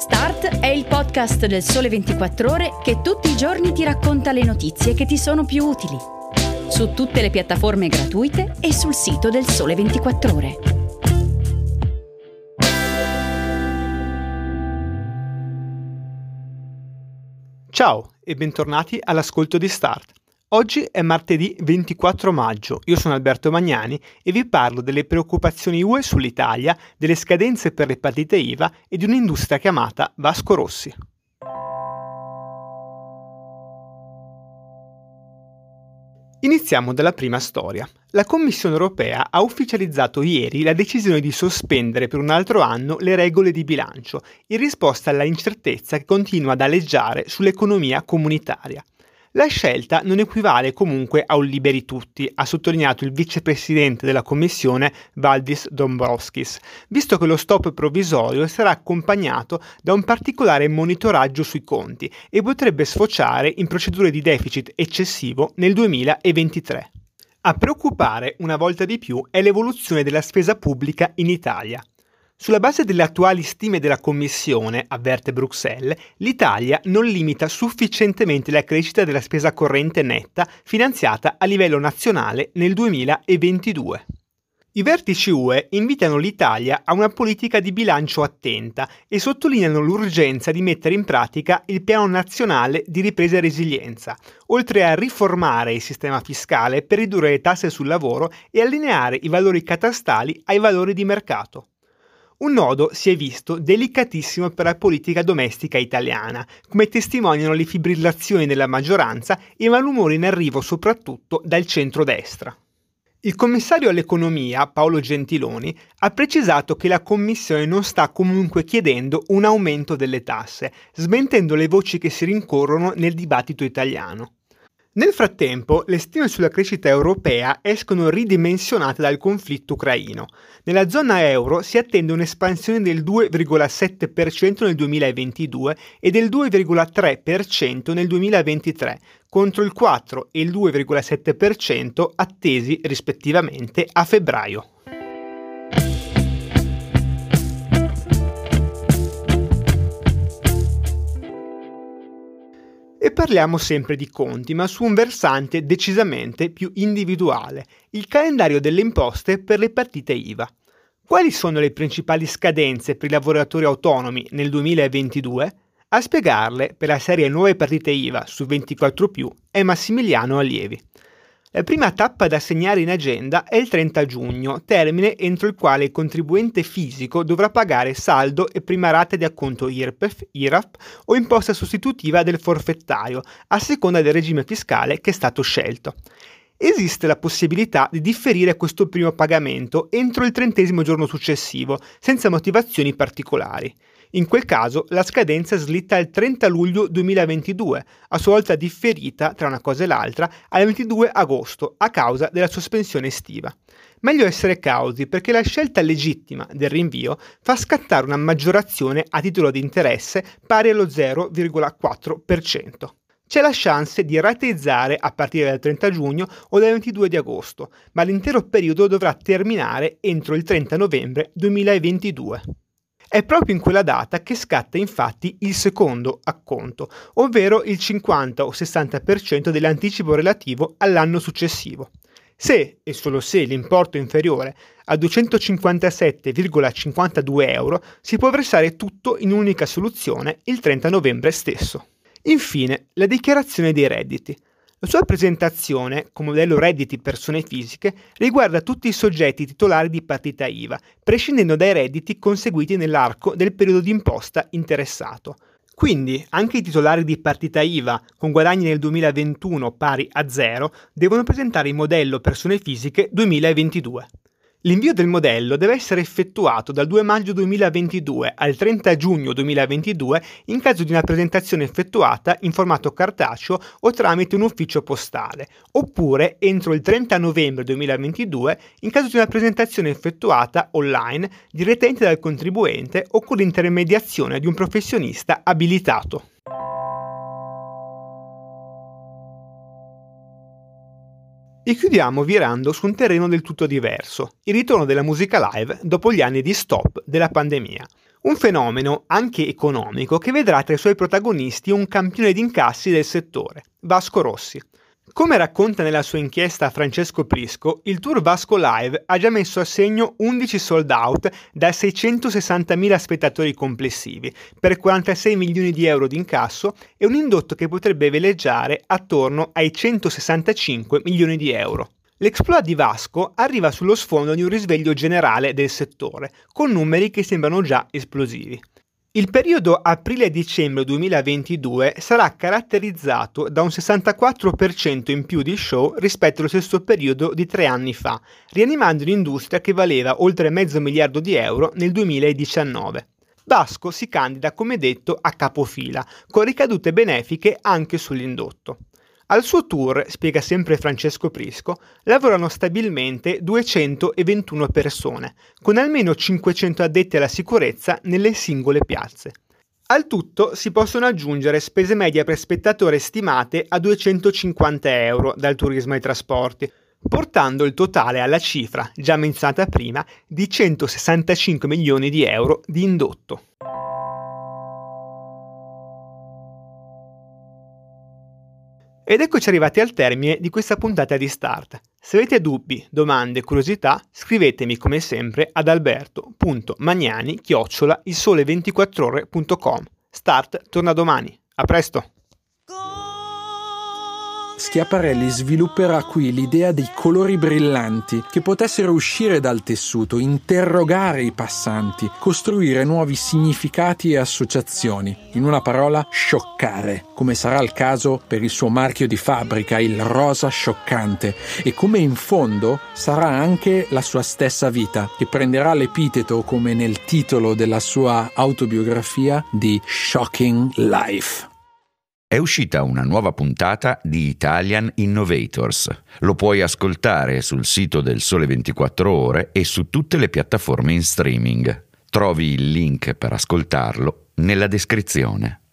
Start è il podcast del Sole 24 Ore che tutti i giorni ti racconta le notizie che ti sono più utili. Su tutte le piattaforme gratuite e sul sito del Sole 24 Ore. Ciao e bentornati all'ascolto di Start. Oggi è martedì 24 maggio, io sono Alberto Magnani e vi parlo delle preoccupazioni UE sull'Italia, delle scadenze per le partite IVA e di un'industria chiamata Vasco Rossi. Iniziamo dalla prima storia. La Commissione europea ha ufficializzato ieri la decisione di sospendere per un altro anno le regole di bilancio, in risposta alla incertezza che continua ad aleggiare sull'economia comunitaria. La scelta non equivale comunque a un liberi tutti, ha sottolineato il vicepresidente della Commissione Valdis Dombrovskis, visto che lo stop provvisorio sarà accompagnato da un particolare monitoraggio sui conti e potrebbe sfociare in procedure di deficit eccessivo nel 2023. A preoccupare una volta di più è l'evoluzione della spesa pubblica in Italia. Sulla base delle attuali stime della Commissione, avverte Bruxelles, l'Italia non limita sufficientemente la crescita della spesa corrente netta finanziata a livello nazionale nel 2022. I vertici UE invitano l'Italia a una politica di bilancio attenta e sottolineano l'urgenza di mettere in pratica il Piano Nazionale di Ripresa e Resilienza, oltre a riformare il sistema fiscale per ridurre le tasse sul lavoro e allineare i valori catastali ai valori di mercato. Un nodo si è visto delicatissimo per la politica domestica italiana, come testimoniano le fibrillazioni della maggioranza e i malumori in arrivo soprattutto dal centrodestra. Il commissario all'economia, Paolo Gentiloni, ha precisato che la Commissione non sta comunque chiedendo un aumento delle tasse, smentendo le voci che si rincorrono nel dibattito italiano. Nel frattempo, le stime sulla crescita europea escono ridimensionate dal conflitto ucraino. Nella zona euro si attende un'espansione del 2,7% nel 2022 e del 2,3% nel 2023, contro il 4 e il 2,7% attesi rispettivamente a febbraio. E parliamo sempre di conti, ma su un versante decisamente più individuale, il calendario delle imposte per le partite IVA. Quali sono le principali scadenze per i lavoratori autonomi nel 2022? A spiegarle per la serie Nuove partite IVA su 24+ è Massimiliano Allievi. La prima tappa da segnare in agenda è il 30 giugno, termine entro il quale il contribuente fisico dovrà pagare saldo e prima rata di acconto IRPEF, IRAP o imposta sostitutiva del forfettario, a seconda del regime fiscale che è stato scelto. Esiste la possibilità di differire questo primo pagamento entro il 30° giorno successivo, senza motivazioni particolari. In quel caso la scadenza slitta al 30 luglio 2022, a sua volta differita, tra una cosa e l'altra, al 22 agosto a causa della sospensione estiva. Meglio essere cauti perché la scelta legittima del rinvio fa scattare una maggiorazione a titolo di interesse pari allo 0,4%. C'è la chance di rateizzare a partire dal 30 giugno o dal 22 di agosto, ma l'intero periodo dovrà terminare entro il 30 novembre 2022. È proprio in quella data che scatta infatti il secondo acconto, ovvero il 50 o 60% dell'anticipo relativo all'anno successivo. Se e solo se l'importo è inferiore a 257,52 euro, si può versare tutto in un'unica soluzione il 30 novembre stesso. Infine, la dichiarazione dei redditi. La sua presentazione, con modello redditi persone fisiche, riguarda tutti i soggetti titolari di partita IVA, prescindendo dai redditi conseguiti nell'arco del periodo di imposta interessato. Quindi, anche i titolari di partita IVA con guadagni nel 2021 pari a 0 devono presentare il modello persone fisiche 2022. L'invio del modello deve essere effettuato dal 2 maggio 2022 al 30 giugno 2022 in caso di una presentazione effettuata in formato cartaceo o tramite un ufficio postale, oppure entro il 30 novembre 2022 in caso di una presentazione effettuata online direttamente dal contribuente o con l'intermediazione di un professionista abilitato. E chiudiamo virando su un terreno del tutto diverso, il ritorno della musica live dopo gli anni di stop della pandemia. Un fenomeno anche economico che vedrà tra i suoi protagonisti un campione di incassi del settore, Vasco Rossi. Come racconta nella sua inchiesta Francesco Prisco, il tour Vasco Live ha già messo a segno 11 sold out da 660.000 spettatori complessivi, per 46 milioni di euro di incasso e un indotto che potrebbe veleggiare attorno ai 165 milioni di euro. L'exploit di Vasco arriva sullo sfondo di un risveglio generale del settore, con numeri che sembrano già esplosivi. Il periodo aprile-dicembre 2022 sarà caratterizzato da un 64% in più di show rispetto allo stesso periodo di 3 anni fa, rianimando un'industria che valeva oltre $500 milioni nel 2019. Vasco si candida, come detto, a capofila, con ricadute benefiche anche sull'indotto. Al suo tour, spiega sempre Francesco Prisco, lavorano stabilmente 221 persone, con almeno 500 addetti alla sicurezza nelle singole piazze. Al tutto si possono aggiungere spese medie per spettatore stimate a 250 euro dal turismo ai trasporti, portando il totale alla cifra, già menzionata prima, di 165 milioni di euro di indotto. Ed eccoci arrivati al termine di questa puntata di Start. Se avete dubbi, domande, curiosità, scrivetemi come sempre ad alberto.magnani@ilsole24ore.com. Start torna domani. A presto! Schiaparelli svilupperà qui l'idea dei colori brillanti che potessero uscire dal tessuto, interrogare i passanti, costruire nuovi significati e associazioni. In una parola, scioccare, come sarà il caso per il suo marchio di fabbrica, il rosa scioccante, e come in fondo sarà anche la sua stessa vita, che prenderà l'epiteto, come nel titolo della sua autobiografia, di Shocking Life. È uscita una nuova puntata di Italian Innovators. Lo puoi ascoltare sul sito del Sole 24 Ore e su tutte le piattaforme in streaming. Trovi il link per ascoltarlo nella descrizione.